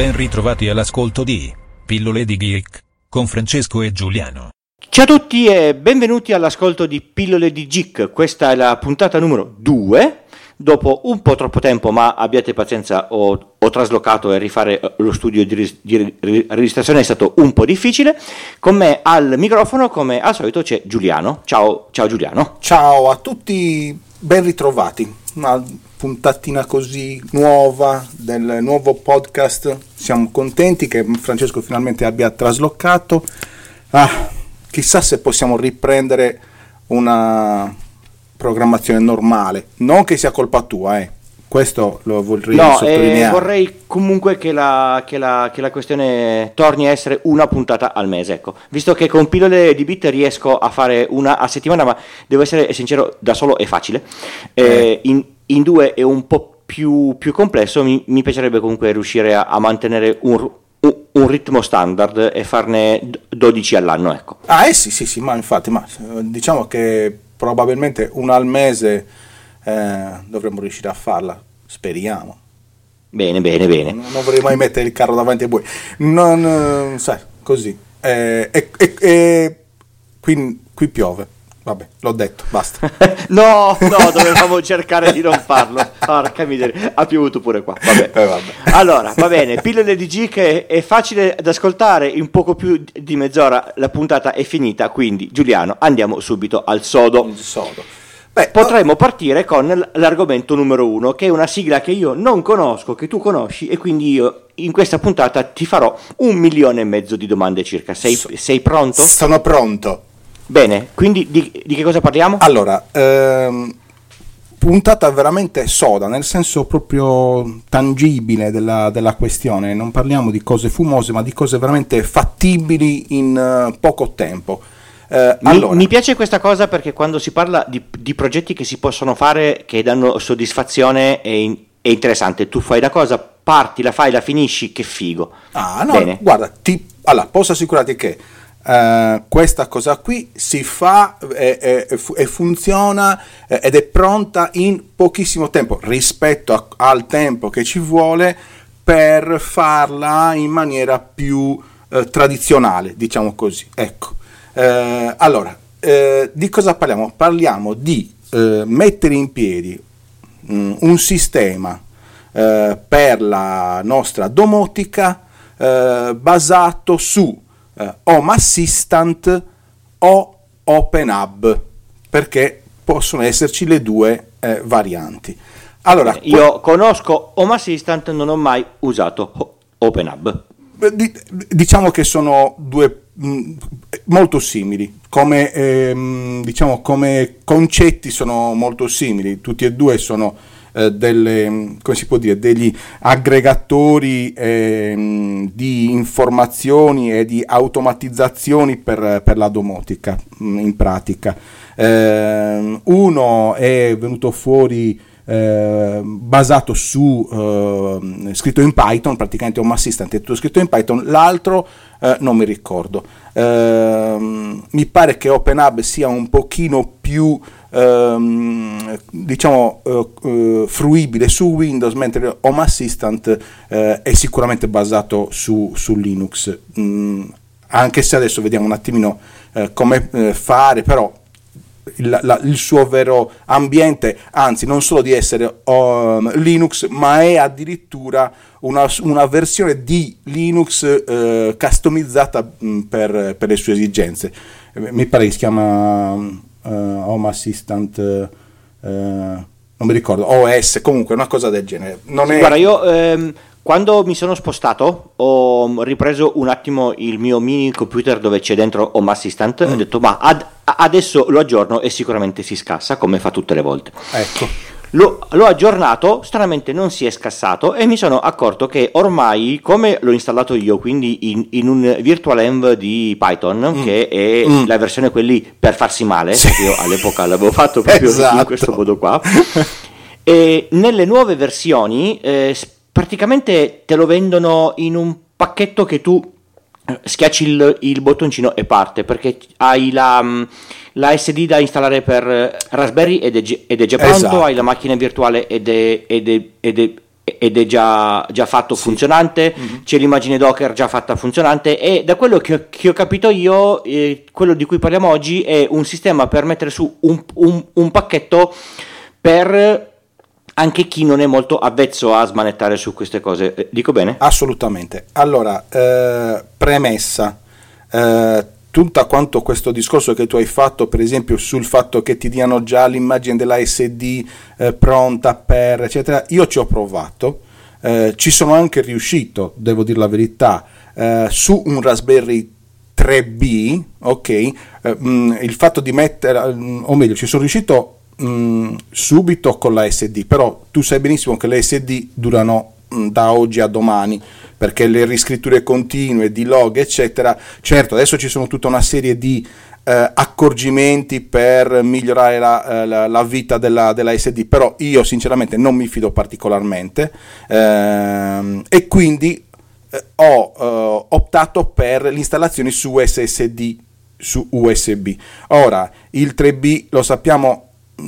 Ben ritrovati all'ascolto di Pillole di Geek con Francesco e Giuliano. Ciao a tutti e benvenuti all'ascolto di Pillole di Geek. Questa è la puntata numero 2. Dopo un po' troppo tempo, ma abbiate pazienza, ho traslocato e rifare lo studio di registrazione è stato un po' difficile. Con me al microfono, come al solito, c'è Giuliano. Ciao Giuliano. Ciao a tutti, ben ritrovati. Una puntatina così nuova del nuovo podcast. Siamo contenti che Francesco finalmente abbia traslocato. Chissà se possiamo riprendere una programmazione normale, non che sia colpa tua, questo lo vorrei sottolineare. Vorrei comunque che la questione torni a essere una puntata al mese, ecco. Visto che con Pillole di Bit riesco a fare una a settimana, ma devo essere sincero, da solo è facile, in due è un po' più complesso. Mi piacerebbe comunque riuscire a mantenere un ritmo standard e farne 12 all'anno, ecco. Sì, ma infatti, diciamo che probabilmente una al mese dovremmo riuscire a farla, speriamo. Bene. Non vorrei mai mettere il carro davanti ai buoi, sai, così. Qui piove, vabbè, l'ho detto, basta. No, dovevamo cercare di non farlo. Porca miseria, ha piovuto pure qua. Vabbè. Allora, va bene, Pillole di G che è facile da ascoltare, in poco più di mezz'ora la puntata è finita, quindi Giuliano, andiamo subito al sodo. Il sodo. Potremmo partire con l'argomento numero 1, che è una sigla che io non conosco, che tu conosci, e quindi io in questa puntata ti farò 1,5 milioni di domande circa. Sei pronto? Sono pronto. Bene, quindi di che cosa parliamo? Allora, puntata veramente soda, nel senso proprio tangibile della questione. Non parliamo di cose fumose, ma di cose veramente fattibili in poco tempo. Mi piace questa cosa, perché quando si parla di progetti che si possono fare, che danno soddisfazione, è interessante. Tu fai la cosa, parti, la fai, la finisci, che figo. Bene. Guarda, posso assicurarti che questa cosa qui si fa e funziona ed è pronta in pochissimo tempo rispetto al tempo che ci vuole per farla in maniera più tradizionale, diciamo così, ecco. Allora, di cosa parliamo? Parliamo di mettere in piedi un sistema per la nostra domotica basato su Home Assistant o OpenHub, perché possono esserci le due varianti. Allora, io conosco Home Assistant, non ho mai usato OpenHub. Diciamo che sono due molto simili, come concetti sono molto simili. Tutti e due sono degli aggregatori di informazioni e di automatizzazioni per la domotica, in pratica. Uno è venuto fuori basato su scritto in Python, praticamente Home Assistant è tutto scritto in Python, l'altro non mi ricordo. Mi pare che OpenHub sia un pochino più fruibile su Windows, mentre Home Assistant è sicuramente basato su Linux, anche se adesso vediamo un attimino come fare, però il suo vero ambiente, anzi non solo di essere Linux, ma è addirittura una versione di Linux customizzata per le sue esigenze. Mi pare che si chiama Home Assistant, non mi ricordo, OS, comunque una cosa del genere. Guarda, io quando mi sono spostato ho ripreso un attimo il mio mini computer dove c'è dentro Home Assistant e ho detto adesso lo aggiorno e sicuramente si scassa, come fa tutte le volte. Ecco. L'ho aggiornato, stranamente non si è scassato, e mi sono accorto che ormai, come l'ho installato io, quindi in un virtual env di Python, che è la versione quelli per farsi male, perché io all'epoca l'avevo fatto proprio in questo modo qua, e nelle nuove versioni praticamente te lo vendono in un pacchetto che tu schiacci il bottoncino e parte, perché hai la SD da installare per Raspberry ed è già pronto, hai la macchina virtuale ed è ed è già fatto funzionante, c'è l'immagine Docker già fatta funzionante, e da quello che ho capito io, quello di cui parliamo oggi è un sistema per mettere su un pacchetto per anche chi non è molto avvezzo a smanettare su queste cose. Dico bene? Assolutamente. Allora, premessa, tutto quanto questo discorso che tu hai fatto, per esempio sul fatto che ti diano già l'immagine della SD pronta per eccetera, io ci ho provato, ci sono anche riuscito, devo dire la verità, su un Raspberry 3B, ok, il fatto di mettere, o meglio, ci sono riuscito subito con la SD, però tu sai benissimo che le SD durano da oggi a domani, perché le riscritture continue di log eccetera. Certo, adesso ci sono tutta una serie di accorgimenti per migliorare la vita della SD, però io sinceramente non mi fido particolarmente, e quindi ho optato per l'installazione su SSD, su USB. Ora il 3B lo sappiamo,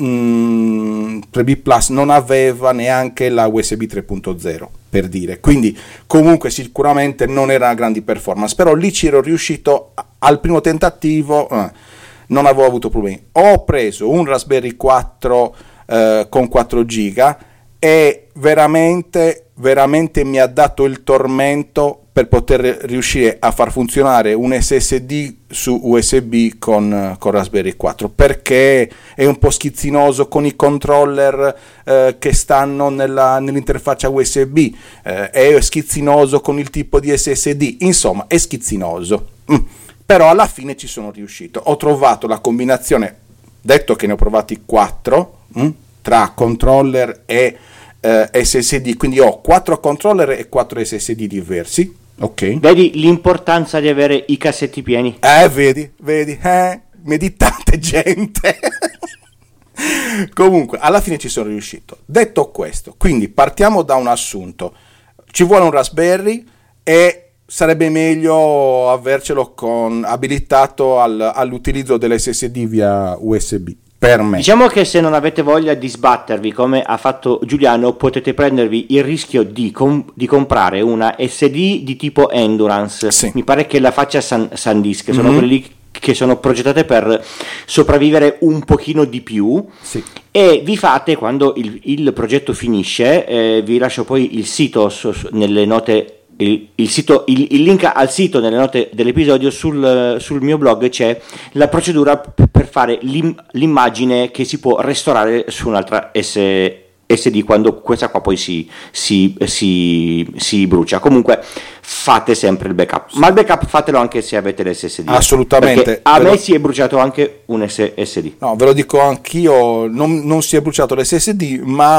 3B Plus non aveva neanche la USB 3.0, per dire, quindi comunque sicuramente non era una grandi performance, però lì ci ero riuscito al primo tentativo, non avevo avuto problemi. Ho preso un Raspberry 4 con 4 giga e veramente mi ha dato il tormento per poter riuscire a far funzionare un SSD su USB con Raspberry 4, perché è un po' schizzinoso con i controller che stanno nell'interfaccia USB, è schizzinoso con il tipo di SSD, insomma è schizzinoso, però alla fine ci sono riuscito. Ho trovato la combinazione, detto che ne ho provati 4 tra controller e SSD, quindi ho 4 controller e 4 SSD diversi. Ok. Vedi l'importanza di avere i cassetti pieni? Vedi, meditate gente. Comunque, alla fine ci sono riuscito. Detto questo, quindi partiamo da un assunto. Ci vuole un Raspberry e sarebbe meglio avercelo abilitato all'utilizzo dell'SSD via USB. Per me. Diciamo che se non avete voglia di sbattervi come ha fatto Giuliano, potete prendervi il rischio di comprare una SD di tipo Endurance. Sì. Mi pare che la faccia SanDisk, sono quelli lì che sono progettate per sopravvivere un pochino di più. Sì. E vi fate, quando il progetto finisce, vi lascio poi il sito nelle note. Il link al sito nelle note dell'episodio. Sul mio blog c'è la procedura per fare l'immagine che si può restaurare su un'altra SD quando questa qua poi si brucia. Comunque fate sempre il backup, ma il backup fatelo anche se avete l'SSD. Assolutamente. Perché a me si è bruciato anche un SSD. No, ve lo dico anch'io, non si è bruciato l'SSD,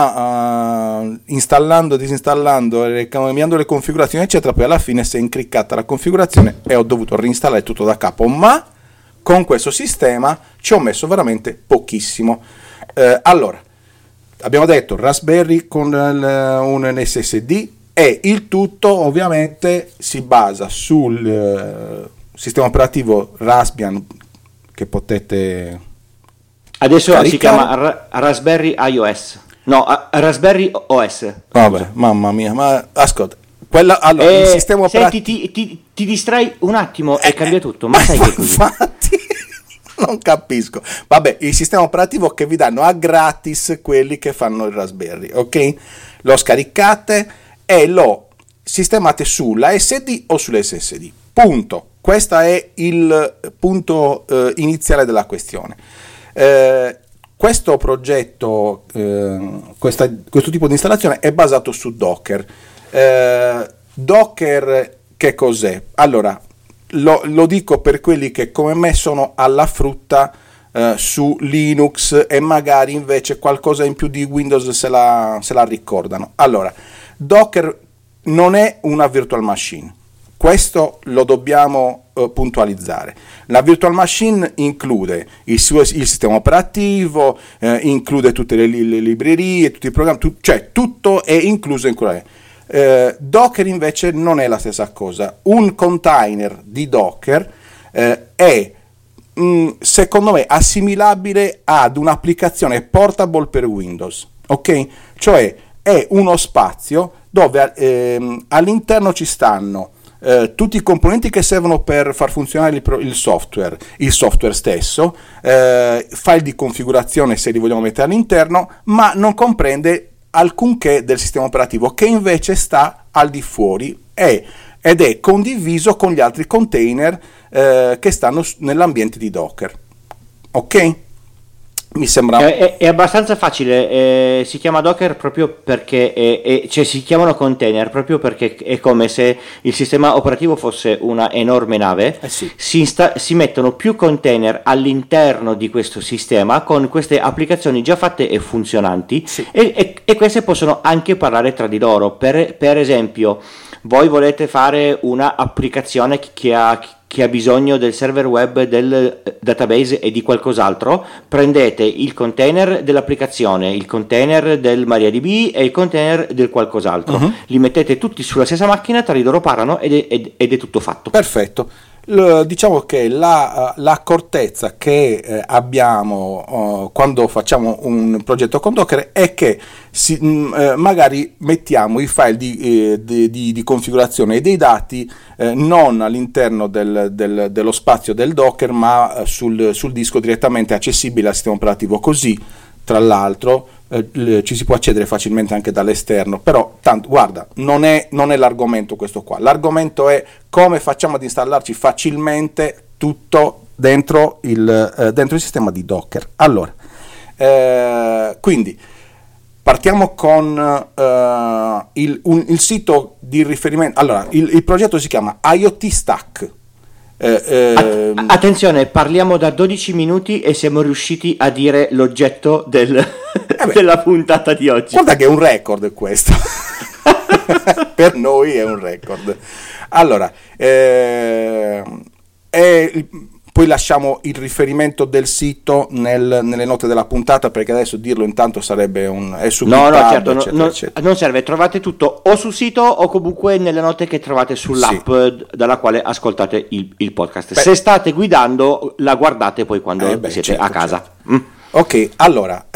ma installando, disinstallando, cambiando le configurazioni eccetera, poi alla fine si è incriccata la configurazione e ho dovuto reinstallare tutto da capo, ma con questo sistema ci ho messo veramente pochissimo. Allora, abbiamo detto Raspberry con un SSD, e il tutto ovviamente si basa sul sistema operativo Raspbian che potete adesso caricare. Si chiama Raspberry iOS, no, Raspberry OS. Vabbè, mamma mia, ma ascolta, allora, il sistema operativo. Senti, ti distrai un attimo e cambia tutto, ma sai che è così. Infatti non capisco. Vabbè, il sistema operativo che vi danno a gratis quelli che fanno il Raspberry, ok? Lo scaricate e lo sistemate sulla SD o sull'SSD. Punto. Questo è il punto iniziale della questione. Questo progetto, questo tipo di installazione è basato su Docker. Docker che cos'è? Allora, lo dico per quelli che come me sono alla frutta su Linux e magari invece qualcosa in più di Windows se la ricordano. Allora, Docker non è una virtual machine, questo lo dobbiamo puntualizzare. La virtual machine include il sistema operativo, include tutte le librerie, tutti i programmi, cioè tutto è incluso in quella. Docker invece non è la stessa cosa. Un container di Docker è secondo me assimilabile ad un'applicazione portable per Windows, ok? Cioè è uno spazio dove all'interno ci stanno tutti i componenti che servono per far funzionare il software stesso, file di configurazione se li vogliamo mettere all'interno, ma non comprende alcunché del sistema operativo, che invece sta al di fuori ed è condiviso con gli altri container che stanno nell'ambiente di Docker. Ok? Mi sembra è abbastanza facile, si chiama Docker proprio perché cioè si chiamano container proprio perché è come se il sistema operativo fosse una enorme nave. Sì. Si mettono più container all'interno di questo sistema con queste applicazioni già fatte e funzionanti, sì. e queste possono anche parlare tra di loro. Per esempio, voi volete fare una applicazione che ha bisogno del server web, del database e di qualcos'altro, prendete il container dell'applicazione, il container del MariaDB e il container del qualcos'altro, li mettete tutti sulla stessa macchina, tra di loro parlano ed è tutto fatto. Perfetto. Diciamo che l'accortezza che abbiamo quando facciamo un progetto con Docker è che magari mettiamo i file di configurazione e dei dati non all'interno dello spazio del Docker, ma sul disco direttamente accessibile al sistema operativo, così tra l'altro ci si può accedere facilmente anche dall'esterno. Però tanto, guarda, non è l'argomento questo qua. L'argomento è come facciamo ad installarci facilmente tutto dentro il sistema di Docker. Allora, quindi partiamo con il sito di riferimento. Allora, il progetto si chiama IoT Stack. Attenzione, parliamo da 12 minuti e siamo riusciti a dire l'oggetto della puntata di oggi. Guarda che è un record questo. Per noi è un record. Allora, poi lasciamo il riferimento del sito nelle note della puntata, perché adesso dirlo intanto sarebbe è certo, eccetera. Non serve, trovate tutto o sul sito o comunque nelle note che trovate sull'app dalla quale ascoltate il podcast. Se state guidando la guardate poi quando siete certo, a casa. Certo. Ok, allora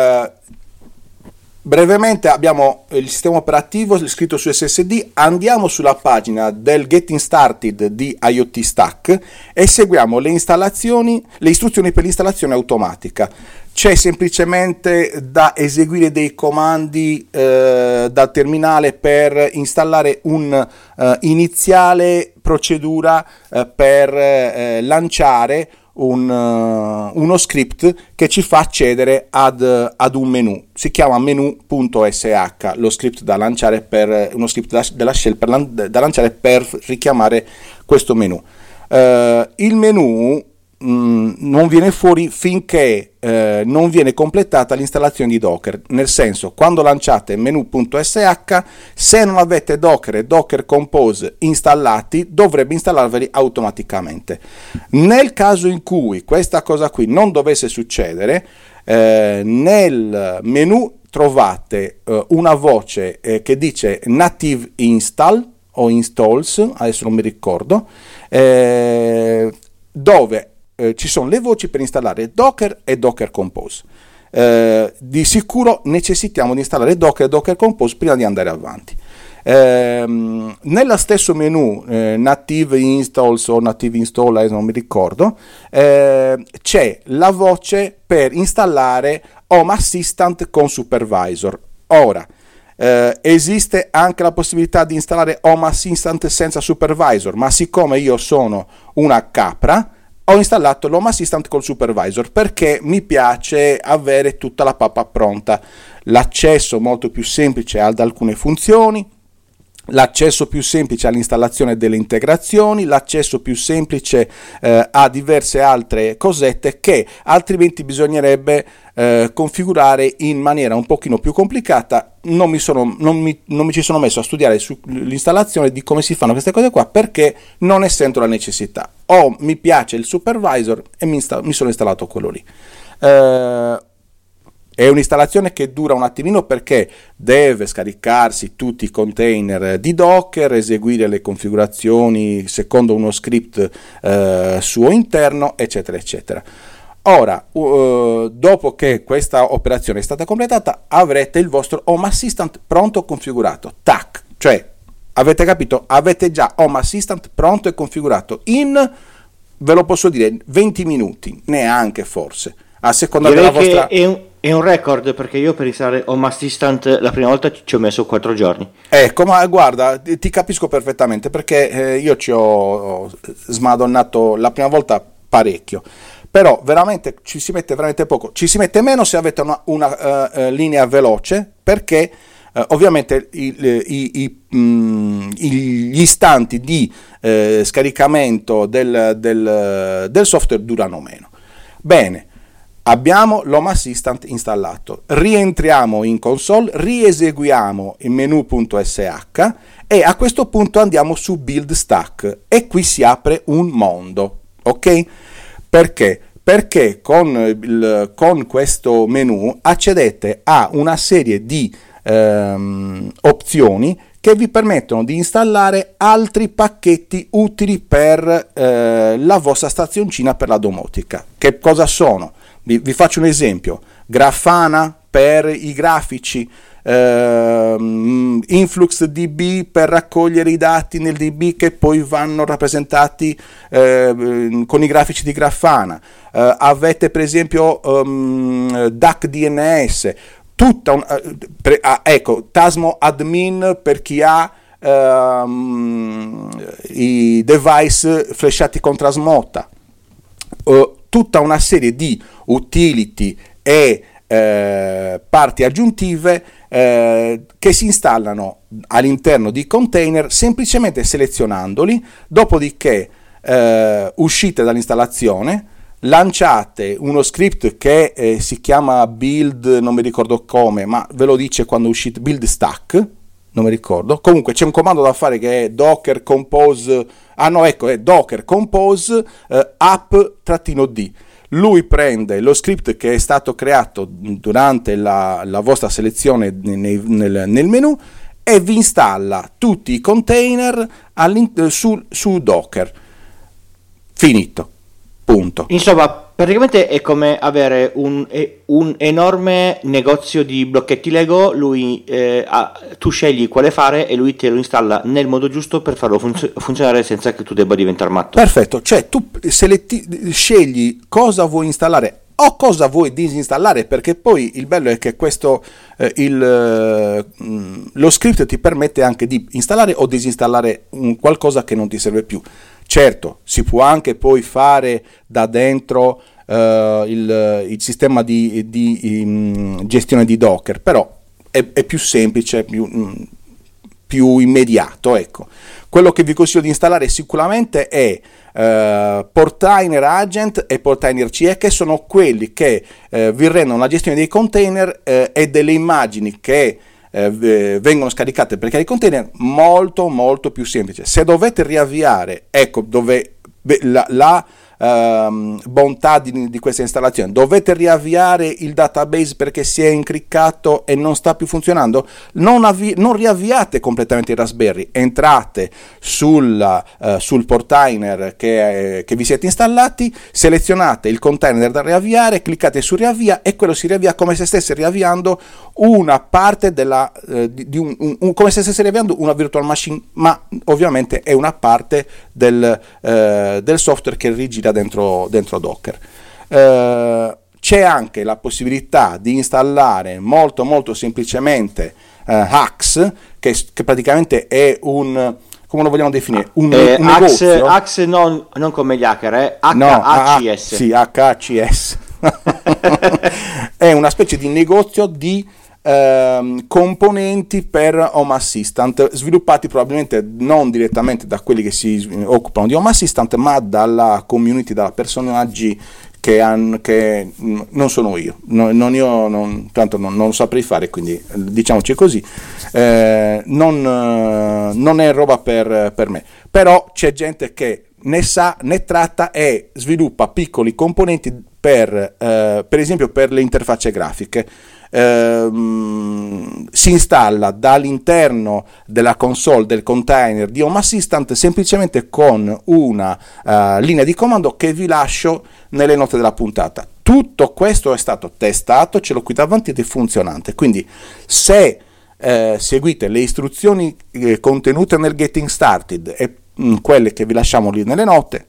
brevemente abbiamo il sistema operativo scritto su SSD. Andiamo sulla pagina del Getting Started di IoT Stack e seguiamo le istruzioni per l'installazione automatica. C'è semplicemente da eseguire dei comandi dal terminale per installare iniziale procedura per lanciare uno script che ci fa accedere ad un menu. Si chiama menu.sh, lo script da lanciare uno script della shell da lanciare per richiamare questo menu. Il menu non viene fuori finché non viene completata l'installazione di Docker, nel senso, quando lanciate menu.sh, se non avete Docker e Docker Compose installati, dovrebbe installarveli automaticamente. Nel caso in cui questa cosa qui non dovesse succedere, nel menu trovate una voce che dice native install o installs, adesso non mi ricordo, dove ci sono le voci per installare Docker e Docker Compose. Di sicuro necessitiamo di installare Docker e Docker Compose prima di andare avanti. Nello stesso menu native installs o native install, non mi ricordo, c'è la voce per installare Home Assistant con Supervisor. Ora, esiste anche la possibilità di installare Home Assistant senza Supervisor, ma siccome io sono una capra, ho installato l'Home Assistant col Supervisor perché mi piace avere tutta la pappa pronta, l'accesso molto più semplice ad alcune funzioni, l'accesso più semplice all'installazione delle integrazioni, l'accesso più semplice a diverse altre cosette che altrimenti bisognerebbe configurare in maniera un pochino più complicata. Non mi ci sono messo a studiare sull'installazione di come si fanno queste cose qua, perché non ne sento la necessità. Mi piace il Supervisor e mi sono installato quello lì. È un'installazione che dura un attimino perché deve scaricarsi tutti i container di Docker, eseguire le configurazioni secondo uno script suo interno, eccetera, eccetera. Ora, dopo che questa operazione è stata completata, avrete il vostro Home Assistant pronto configurato. Tac, cioè, avete capito? Avete già Home Assistant pronto e configurato in, ve lo posso dire, 20 minuti, neanche forse, a seconda Direi della vostra... È un record, perché io per installare Home Assistant la prima volta ci ho messo 4 giorni. Ecco, ma guarda, ti capisco perfettamente, perché io ci ho smadonnato la prima volta parecchio. Però veramente ci si mette veramente poco, ci si mette meno se avete una linea veloce, perché ovviamente gli istanti di scaricamento del software durano meno. Bene, abbiamo l'Home Assistant installato, rientriamo in console, rieseguiamo il menu.sh e a questo punto andiamo su Build Stack e qui si apre un mondo, ok? Perché? Perché con questo menu accedete a una serie di opzioni che vi permettono di installare altri pacchetti utili per la vostra stazioncina per la domotica. Che cosa sono? Vi faccio un esempio: Grafana per i grafici, InfluxDB per raccogliere i dati nel DB che poi vanno rappresentati con i grafici di Grafana, avete per esempio DuckDNS, ecco, Tasmo Admin per chi ha i device flashati con Trasmota, tutta una serie di utility e parti aggiuntive che si installano all'interno di container semplicemente selezionandoli, dopodiché uscite dall'installazione, lanciate uno script che si chiama build, non mi ricordo come, ma ve lo dice quando uscite, build stack, non mi ricordo, comunque c'è un comando da fare che è docker compose, è docker compose app-d. Lui prende lo script che è stato creato durante la vostra selezione nel menu e vi installa tutti i container su Docker. Finito. Punto. Insomma, praticamente è come avere un enorme negozio di blocchetti Lego. Tu scegli quale fare e lui te lo installa nel modo giusto per farlo funzionare senza che tu debba diventare matto. Perfetto, cioè tu scegli cosa vuoi installare o cosa vuoi disinstallare, perché poi il bello è che questo lo script ti permette anche di installare o disinstallare qualcosa che non ti serve più. Certo, si può anche poi fare da dentro il sistema di gestione di Docker, però è più semplice, più immediato, ecco. Quello che vi consiglio di installare sicuramente è Portainer Agent e Portainer CE, che sono quelli che vi rendono la gestione dei container e delle immagini che vengono scaricate per i container molto molto più semplice. Se dovete riavviare, ecco dove la bontà di questa installazione, dovete riavviare il database perché si è incriccato e non sta più funzionando, non riavviate completamente il Raspberry, entrate sul Portainer che vi siete installati, selezionate il container da riavviare, cliccate su riavvia e quello si riavvia come se stesse riavviando una parte come se stesse riavviando una virtual machine, ma ovviamente è una parte del software che rigira dentro Docker. C'è anche la possibilità di installare molto molto semplicemente Axe, che praticamente è come lo vogliamo definire? Un negozio. Axe non come gli hacker, HACS. Sì, HACS. È una specie di negozio di componenti per Home Assistant, sviluppati probabilmente non direttamente da quelli che si occupano di Home Assistant, ma dalla community, da personaggi che non sono io, tanto non lo saprei fare, quindi diciamoci così, non è roba per me, però c'è gente che ne sa, ne tratta e sviluppa piccoli componenti per esempio per le interfacce grafiche. Si installa dall'interno della console del container di Home Assistant semplicemente con una linea di comando che vi lascio nelle note della puntata. tutto questo è stato testato, ce l'ho qui davanti ed è funzionante. Quindi se seguite le istruzioni contenute nel Getting Started e quelle che vi lasciamo lì nelle note,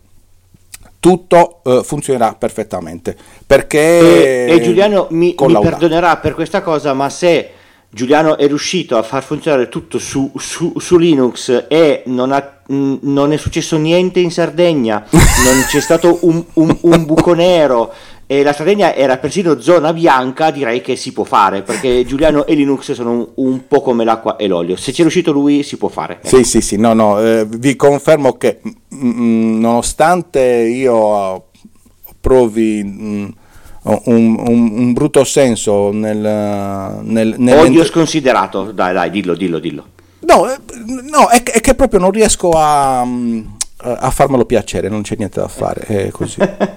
tutto funzionerà perfettamente, perché e Giuliano mi perdonerà per questa cosa, ma se Giuliano è riuscito a far funzionare tutto su Linux e non è successo niente in Sardegna, non c'è stato un buco nero e la Sardegna era persino zona bianca, direi che si può fare, perché Giuliano e Linux sono un po' come l'acqua e l'olio. Se c'è riuscito lui si può fare. Sì, no, vi confermo che nonostante io provi un brutto senso nel odio sconsiderato, dai, dillo. No, è che proprio non riesco a farmelo piacere, non c'è niente da fare, è così.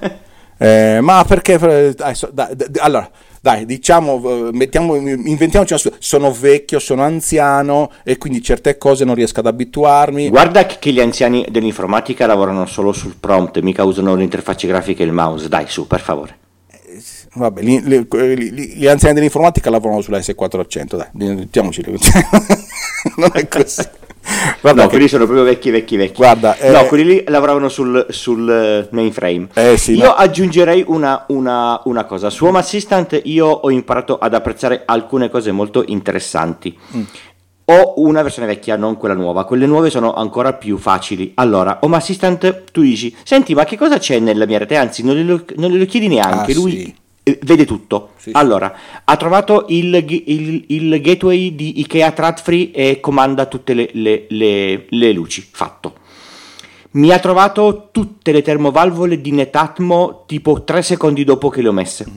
Ma perché allora dai, diciamo, inventiamoci sono vecchio, sono anziano e quindi certe cose non riesco ad abituarmi. Guarda che gli anziani dell'informatica lavorano solo sul prompt, mica usano le interfacce grafiche e il mouse, dai, su, per favore. Vabbè, gli anziani dell'informatica lavorano sulla S400, dai, mettiamoci non è così. Guarda, no, quelli sono proprio vecchi. Guarda, no, quelli lì lavoravano sul mainframe. Sì, io aggiungerei una cosa. Su Home Assistant io ho imparato ad apprezzare alcune cose molto interessanti. Ho una versione vecchia, non quella nuova. Quelle nuove sono ancora più facili. Allora, Home Assistant, tu dici, senti, ma che cosa c'è nella mia rete? Anzi, non glielo chiedi neanche, lui sì. Vede tutto. Sì. Allora, ha trovato il gateway di Ikea Tradfree e comanda tutte le luci. Fatto. Mi ha trovato tutte le termovalvole di Netatmo tipo 3 secondi dopo che le ho messe.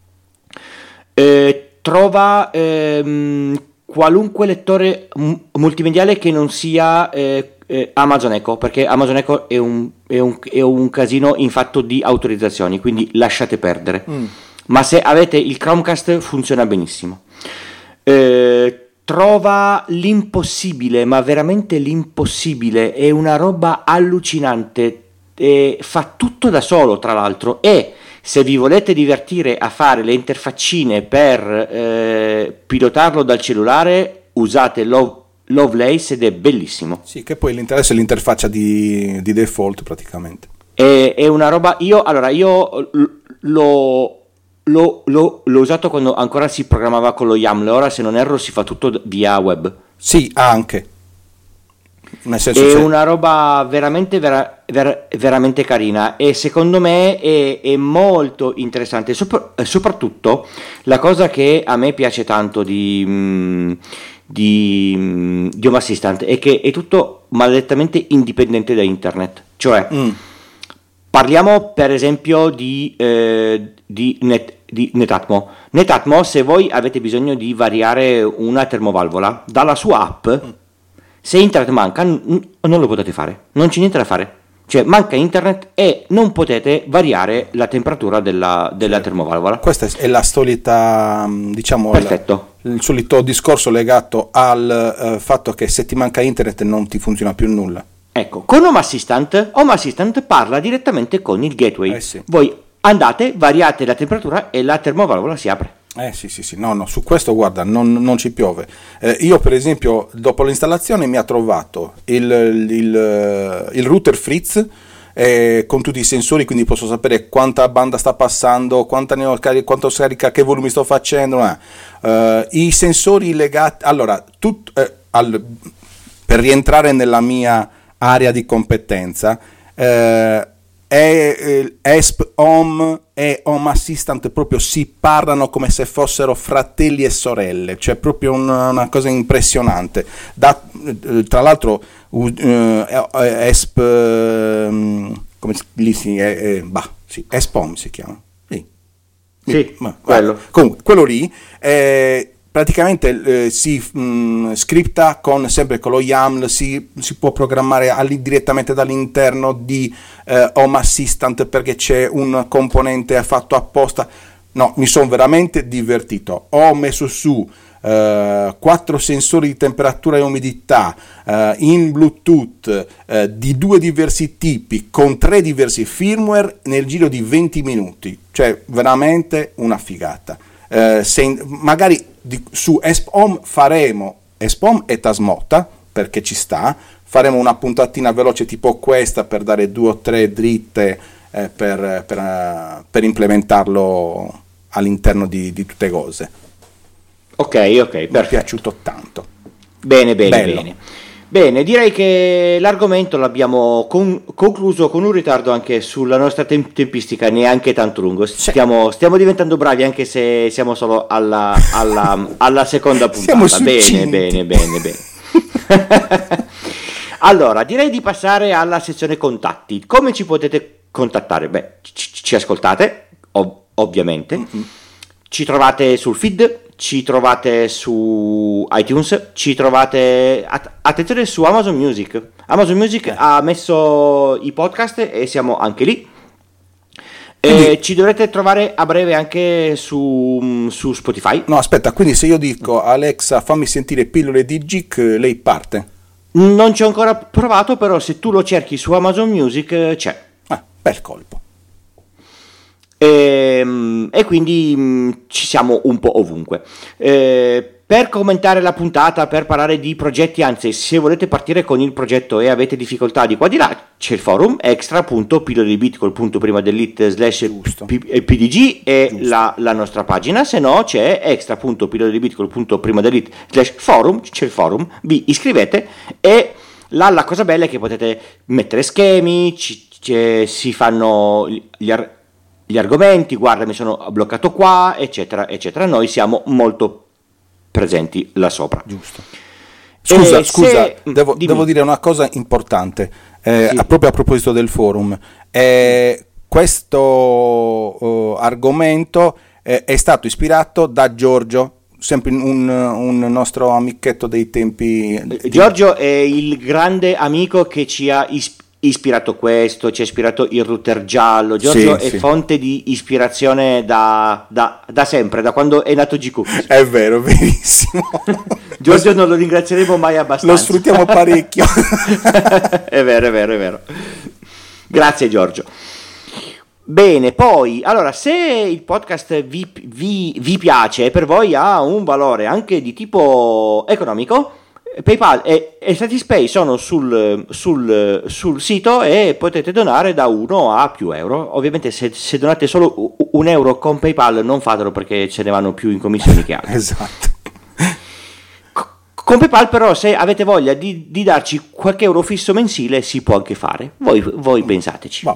Trova qualunque lettore multimediale che non sia Amazon Echo, perché Amazon Echo è un casino in fatto di autorizzazioni, quindi lasciate perdere. Ma se avete il Chromecast funziona benissimo. Trova l'impossibile, ma veramente l'impossibile, è una roba allucinante, fa tutto da solo tra l'altro, e se vi volete divertire a fare le interfaccine per pilotarlo dal cellulare, usate Lovelace ed è bellissimo. Sì, che poi l'interesse è l'interfaccia di default praticamente. È una roba, io l'ho usato quando ancora si programmava con lo YAML, ora se non erro si fa tutto via web. Sì, anche. Nel senso è una roba veramente veramente carina e secondo me è molto interessante. Soprattutto la cosa che a me piace tanto di Home Assistant è che è tutto maledettamente indipendente da internet. Cioè parliamo per esempio di Netatmo. Netatmo, se voi avete bisogno di variare una termovalvola dalla sua app, se internet manca non lo potete fare, non c'è niente da fare, cioè manca internet e non potete variare la temperatura della termovalvola. Questa è la solita, diciamo, perfetto. Il solito discorso legato al fatto che se ti manca internet non ti funziona più nulla. Ecco, con Home Assistant parla direttamente con il gateway. Sì. Voi andate, variate la temperatura e la termovalvola si apre. Sì, no, su questo guarda, non ci piove. Io per esempio, dopo l'installazione mi ha trovato il router Fritz con tutti i sensori, quindi posso sapere quanta banda sta passando, quanto scarica, che volumi sto facendo, i sensori legati. Allora, per rientrare nella mia area di competenza, ESP Home e Home Assistant proprio si parlano come se fossero fratelli e sorelle, cioè proprio una cosa impressionante. Tra l'altro ESP come ESP Home si chiama, sì, quello. Comunque quello lì praticamente si scripta sempre con lo YAML, si può programmare direttamente dall'interno di Home Assistant, perché c'è un componente fatto apposta. No, mi sono veramente divertito. Ho messo su 4 sensori di temperatura e umidità, in Bluetooth, di 2 diversi tipi, con 3 diversi firmware nel giro di 20 minuti, cioè veramente una figata. Magari su ESP-Home faremo ESP-Home e Tasmota, perché ci sta, faremo una puntatina veloce tipo questa per dare 2 o 3 dritte per implementarlo all'interno di tutte cose. Ok, perfetto. Mi è piaciuto tanto. Bene. Bene, direi che l'argomento l'abbiamo concluso con un ritardo anche sulla nostra tempistica, neanche tanto lungo. Stiamo diventando bravi, anche se siamo solo alla seconda puntata. Siamo bene. Allora, direi di passare alla sezione contatti. Come ci potete contattare? Beh, ci ascoltate, ovviamente. Mm-hmm. Ci trovate sul feed, ci trovate su iTunes, ci trovate, attenzione, su Amazon Music. Amazon Music ha messo i podcast e siamo anche lì. E ci dovrete trovare a breve anche su Spotify. No, aspetta, quindi se io dico Alexa fammi sentire pillole di Geek, lei parte? Non ci ho ancora provato, però se tu lo cerchi su Amazon Music c'è. Bel colpo. E quindi ci siamo un po' ovunque. Per commentare la puntata, per parlare di progetti, anzi se volete partire con il progetto e avete difficoltà di qua di là, c'è il forum extra.pillole/pdg e la nostra pagina, se no c'è extra.pillole/forum, c'è il forum, vi iscrivete e là la cosa bella è che potete mettere schemi, si fanno gli argomenti, guarda mi sono bloccato qua, eccetera eccetera. Noi siamo molto presenti là sopra. Giusto. Scusa, devo dire una cosa importante, sì. Proprio a proposito del forum. Questo argomento è stato ispirato da Giorgio, sempre un nostro amichetto dei tempi. Giorgio è il grande amico che ci ha ispirato questo, ci ha ispirato il router giallo. Giorgio è fonte di ispirazione da sempre, da quando è nato GQ. È vero, verissimo. Giorgio non lo ringrazieremo mai abbastanza. Lo sfruttiamo parecchio. È vero. Grazie Giorgio. Bene, poi, allora, se il podcast vi piace e per voi ha un valore anche di tipo economico, PayPal e Satispay sono sul sito e potete donare da 1 a più euro. Ovviamente se donate solo €1 con PayPal non fatelo, perché ce ne vanno più in commissioni che altro. Esatto. Con PayPal però, se avete voglia di darci qualche euro fisso mensile, si può anche fare. Voi pensateci.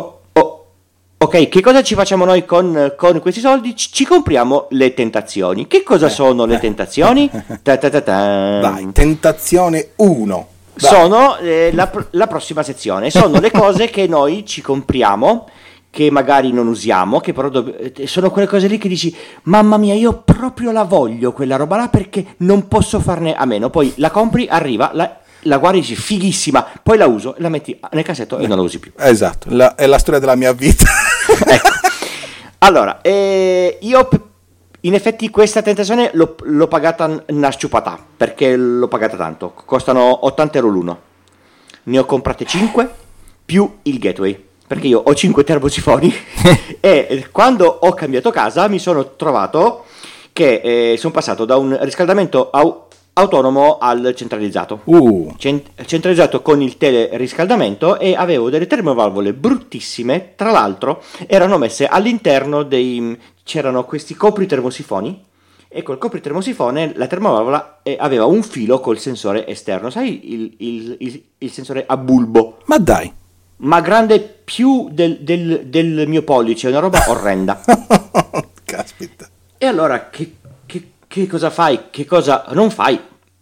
Ok, che cosa ci facciamo noi con questi soldi? Ci compriamo le tentazioni. Che cosa sono le tentazioni? Dai, tentazione 1. Sono la prossima sezione. Sono le cose che noi ci compriamo, che magari non usiamo, che però sono quelle cose lì che dici mamma mia, io proprio la voglio quella roba là, perché non posso farne a meno. Poi la compri, arriva, la guardi e dici fighissima, poi la uso, la metti nel cassetto e non la usi più. Esatto, è la storia della mia vita. Ecco. Allora, io in effetti questa tentazione l'ho pagata una sciupata, perché l'ho pagata tanto, costano €80 l'uno. Ne ho comprate 5 più il gateway, perché io ho 5 termosifoni e quando ho cambiato casa mi sono trovato che sono passato da un riscaldamento autonomo al centralizzato. Centralizzato con il teleriscaldamento, e avevo delle termovalvole bruttissime, tra l'altro erano messe all'interno c'erano questi copri termosifoni, e col copri termosifone la termovalvola aveva un filo col sensore esterno, sai il sensore a bulbo. Ma dai! Ma grande più del mio pollice, una roba orrenda. Caspita. E allora che cosa fai? Che cosa non fai?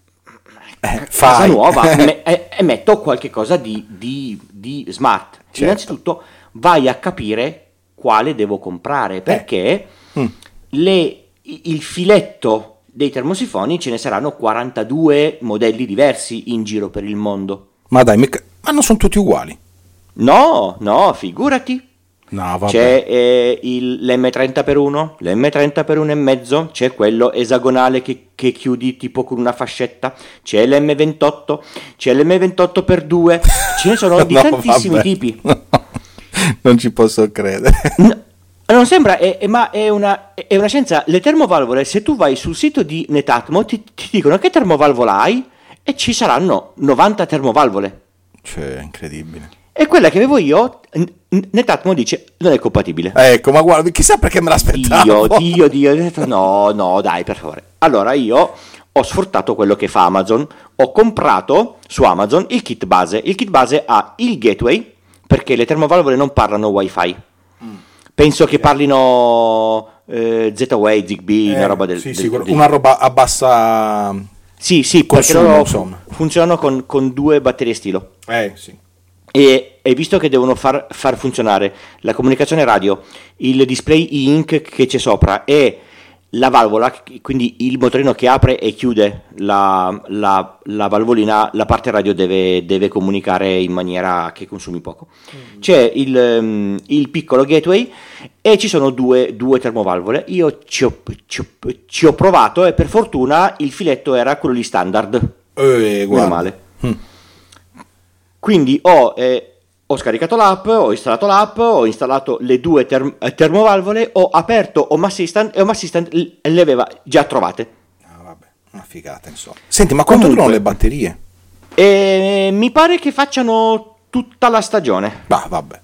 Casa nuova e metto qualche cosa di smart. Certo. Innanzitutto vai a capire quale devo comprare, perché il filetto dei termosifoni ce ne saranno 42 modelli diversi in giro per il mondo. Ma dai, ma non sono tutti uguali? No, figurati. No, vabbè. C'è l'M30x1, l'M30x1,5, c'è quello esagonale che che chiudi tipo con una fascetta, c'è l'M28, c'è l'M28x2, ce ne sono di tantissimi tipi. No, non ci posso credere. Non sembra, ma è una scienza. Le termovalvole, se tu vai sul sito di Netatmo, ti dicono che termovalvola hai e ci saranno 90 termovalvole. Cioè, incredibile. E quella che avevo io, Netatmo dice, non è compatibile. Ecco, ma guarda, chissà perché me l'aspettavo. Dio, no, dai, per favore. Allora io ho sfruttato quello che fa Amazon, ho comprato su Amazon il kit base. Il kit base ha il gateway, perché le termovalvole non parlano wifi. Penso che parlino Z-Way, Zigbee, una roba del una roba a bassa sì, consumo, perché loro funzionano con 2 batterie stilo. Sì. E visto che devono far funzionare la comunicazione radio, il display e-ink che c'è sopra e la valvola, quindi il motorino che apre e chiude la valvolina, la parte radio deve comunicare in maniera che consumi poco. C'è il piccolo gateway e ci sono due termovalvole. Io ci ho provato e per fortuna il filetto era quello di standard, meno male. Quindi ho scaricato l'app, ho installato le 2 termovalvole, ho aperto Home Assistant e Home Assistant le aveva già trovate. Vabbè, una figata, insomma. Senti, ma quanto durano le batterie? Mi pare che facciano tutta la stagione. Bah, vabbè.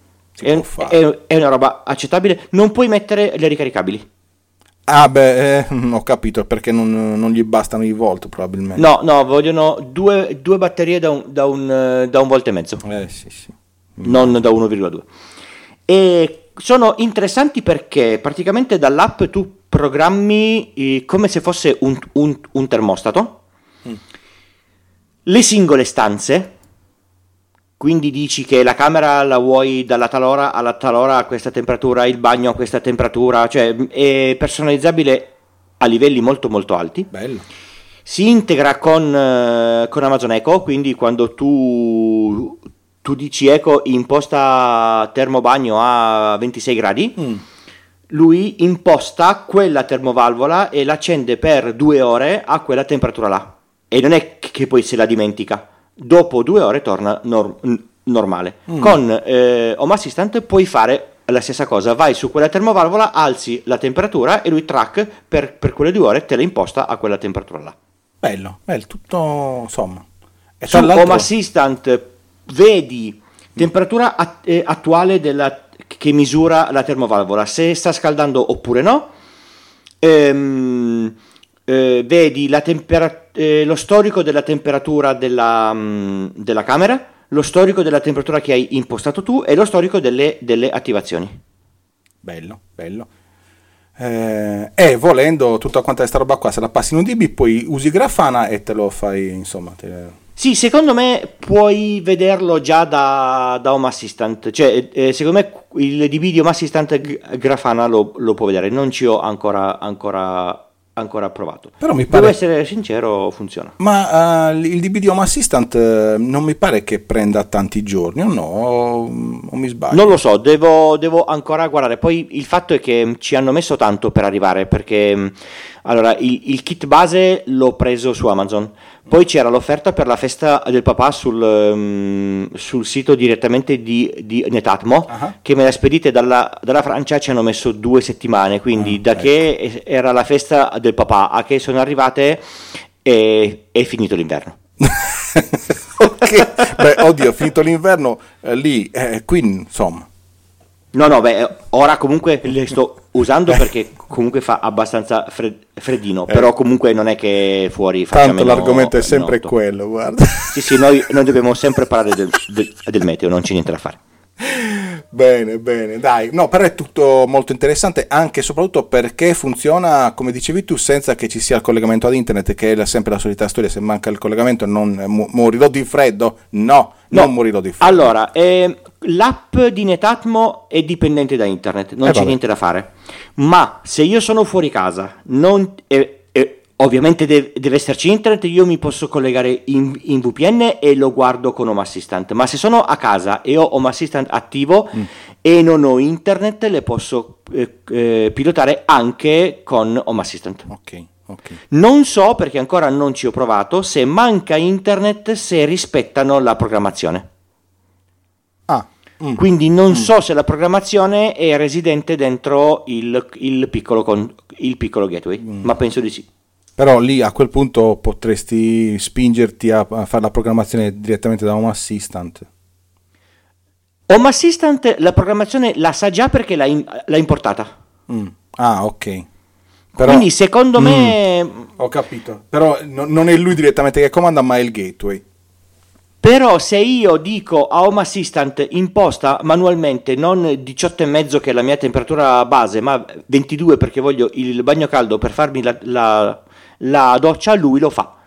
È una roba accettabile. Non puoi mettere le ricaricabili. Ho capito, perché non gli bastano i volt probabilmente. No, vogliono due batterie da un volt e mezzo. Sì. Non da 1,2. E sono interessanti perché praticamente dall'app tu programmi come se fosse un termostato, le singole stanze. Quindi dici che la camera la vuoi dalla tal ora alla tal ora a questa temperatura, il bagno a questa temperatura, cioè è personalizzabile a livelli molto molto alti. Bello. Si integra con Amazon Echo, quindi quando tu dici Echo imposta termobagno a 26 gradi, lui imposta quella termovalvola e l'accende per 2 ore a quella temperatura là. E non è che poi se la dimentica. Dopo 2 ore torna normale. Con Home Assistant puoi fare la stessa cosa, vai su quella termovalvola, alzi la temperatura e lui track per quelle 2 ore te la imposta a quella temperatura là. Bello, tutto insomma. E su Home Assistant vedi temperatura attuale che misura la termovalvola, se sta scaldando oppure no. Vedi lo storico della temperatura della camera, lo storico della temperatura che hai impostato tu e lo storico delle attivazioni. Bello. E volendo tutta quanta questa roba qua, se la passi in un DB poi usi Grafana e te lo fai, insomma. Sì, secondo me puoi vederlo già da Home Assistant, cioè secondo me il DB di Home Assistant Grafana lo può vedere, non ci ho ancora provato. Però mi pare, devo essere sincero, funziona. Ma il DB di Home Assistant non mi pare che prenda tanti giorni, o no? O mi sbaglio? Non lo so, devo ancora guardare. Poi il fatto è che ci hanno messo tanto per arrivare, perché allora il kit base l'ho preso su Amazon, poi c'era l'offerta per la festa del papà sul sito direttamente di Netatmo, che me la spedite dalla Francia, ci hanno messo 2 settimane, quindi che era la festa del papà a che sono arrivate è finito l'inverno. Ok, beh, oddio, finito l'inverno lì, qui insomma. No, ora comunque le sto usando perché comunque fa abbastanza freddino, però comunque non è che fuori faccia tanto l'argomento è sempre quello, guarda. Sì, noi dobbiamo sempre parlare del meteo, non c'è niente da fare. Bene, dai, no, però è tutto molto interessante, anche e soprattutto perché funziona, come dicevi tu, senza che ci sia il collegamento ad internet, che è sempre la solita storia, se manca il collegamento non morirò di freddo, non morirò di freddo. Allora, l'app di Netatmo è dipendente da internet, non c'è niente da fare, ma se io sono fuori casa, ovviamente deve esserci internet, io mi posso collegare in VPN e lo guardo con Home Assistant, ma se sono a casa e ho Home Assistant attivo e non ho internet, le posso pilotare anche con Home Assistant. Ok. ok. Non so, perché ancora non ci ho provato, se manca internet, se rispettano la programmazione. Quindi non so se la programmazione è residente dentro il piccolo gateway, ma penso di sì. Però lì a quel punto potresti spingerti a fare la programmazione direttamente da Home Assistant. Home Assistant la programmazione la sa già perché l'ha importata. Ah, ok. Però, quindi secondo me... Ho capito. Però non è lui direttamente che comanda, ma è il gateway. Però se io dico a Home Assistant imposta manualmente non 18,5 che è la mia temperatura base, ma 22 perché voglio il bagno caldo per farmi la doccia, lui lo fa.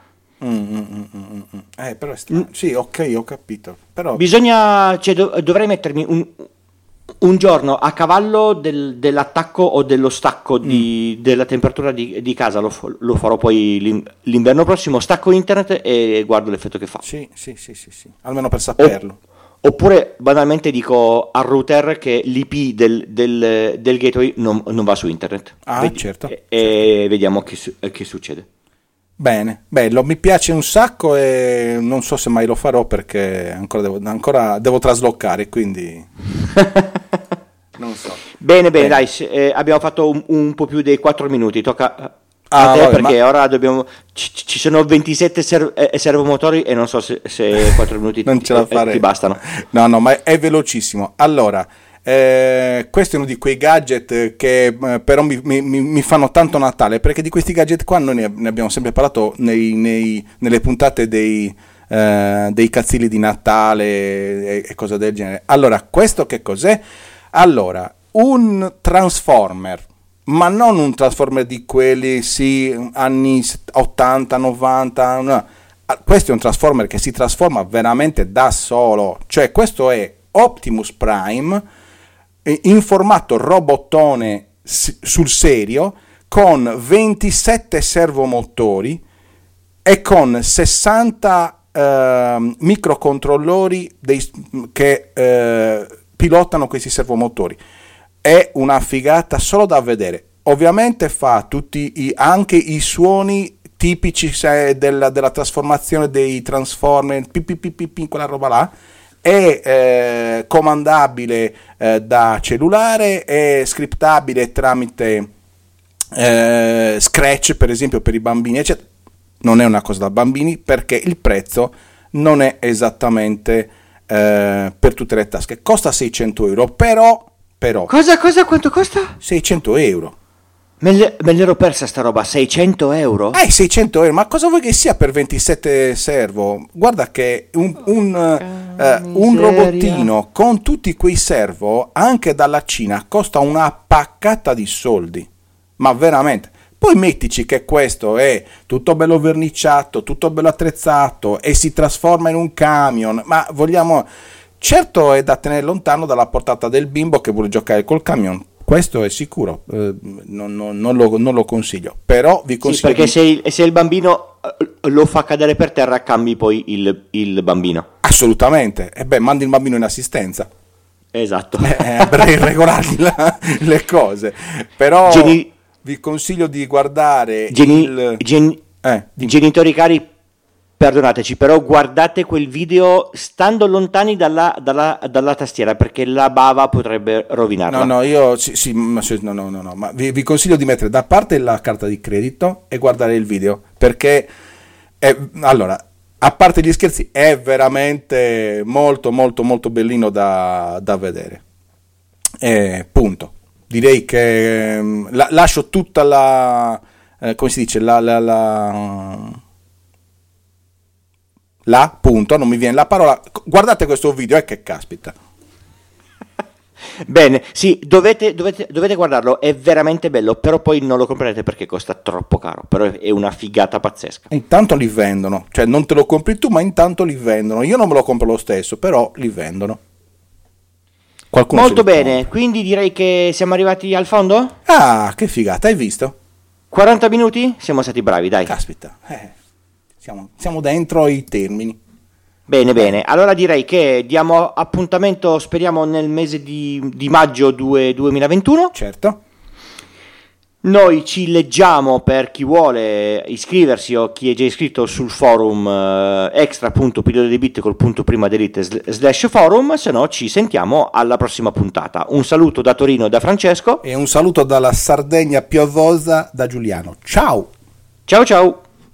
Però è strano. Sì, ok, ho capito. Però... dovrei mettermi un giorno a cavallo dell'attacco o dello stacco della temperatura di casa, lo farò poi l'inverno prossimo, stacco internet e guardo l'effetto che fa. Sì, almeno per saperlo. Oppure banalmente dico al router che l'IP del gateway non va su internet. Certo. E vediamo che succede. Bene, bello, mi piace un sacco e non so se mai lo farò perché ancora devo traslocare, quindi non so. Bene, dai, abbiamo fatto un po' più dei 4 minuti, tocca a te, perché ora ci sono 27 servomotori e non so se 4 minuti non ce la farei. Ti bastano. No, ma è velocissimo. Allora, questo è uno di quei gadget che però mi fanno tanto Natale, perché di questi gadget qua noi ne abbiamo sempre parlato nelle puntate dei cazzilli di Natale e cose del genere. Allora, questo che cos'è? Allora, un transformer, ma non un transformer di quelli anni 80, 90, no. Questo è un transformer che si trasforma veramente da solo, cioè questo è Optimus Prime in formato robottone sul serio, con 27 servomotori e con 60 microcontrollori che pilotano questi servomotori. È una figata solo da vedere. Ovviamente fa anche i suoni tipici della trasformazione dei Transformer, quella roba là. È comandabile da cellulare, è scriptabile tramite Scratch, per esempio, per i bambini, eccetera. Non è una cosa da bambini perché il prezzo non è esattamente per tutte le tasche. Costa 600 euro, però Cosa? Quanto costa? 600 euro. Me l'ero persa sta roba, 600 euro? 600 euro, ma cosa vuoi che sia per 27 servo? Guarda che un robottino con tutti quei servo, anche dalla Cina, costa una paccata di soldi, ma veramente. Poi mettici che questo è tutto bello verniciato, tutto bello attrezzato e si trasforma in un camion, ma vogliamo... Certo è da tenere lontano dalla portata del bimbo che vuole giocare col camion. Questo è sicuro, non lo consiglio, però vi consiglio. Sì, perché se il bambino lo fa cadere per terra, cambi poi il bambino. Assolutamente, mandi il bambino in assistenza. Esatto. Per regolargli le cose. Però vi consiglio di guardare genitori cari, perdonateci, però guardate quel video stando lontani dalla tastiera, perché la bava potrebbe rovinarla. No, ma vi consiglio di mettere da parte la carta di credito e guardare il video, perché allora, a parte gli scherzi, è veramente molto molto molto bellino da vedere. Punto. Direi che lascio tutta come si dice, punto, non mi viene la parola. Guardate questo video, che caspita. Bene, sì, dovete guardarlo, è veramente bello, però poi non lo comprerete perché costa troppo caro, però è una figata pazzesca. Intanto li vendono, cioè non te lo compri tu, ma intanto li vendono. Io non me lo compro lo stesso, però li vendono. Qualcuno molto bene, compra. Quindi direi che siamo arrivati al fondo? Ah, che figata, hai visto? 40 minuti? Siamo stati bravi, dai. Caspita, siamo dentro i termini. Bene, allora direi che diamo appuntamento, speriamo, nel mese di maggio 2021. Certo. Noi ci leggiamo per chi vuole iscriversi o chi è già iscritto sul forum extra.pillole di bit col punto prima delete /forum, se no ci sentiamo alla prossima puntata. Un saluto da Torino da Francesco e un saluto dalla Sardegna piovosa da Giuliano. Ciao! Ciao ciao!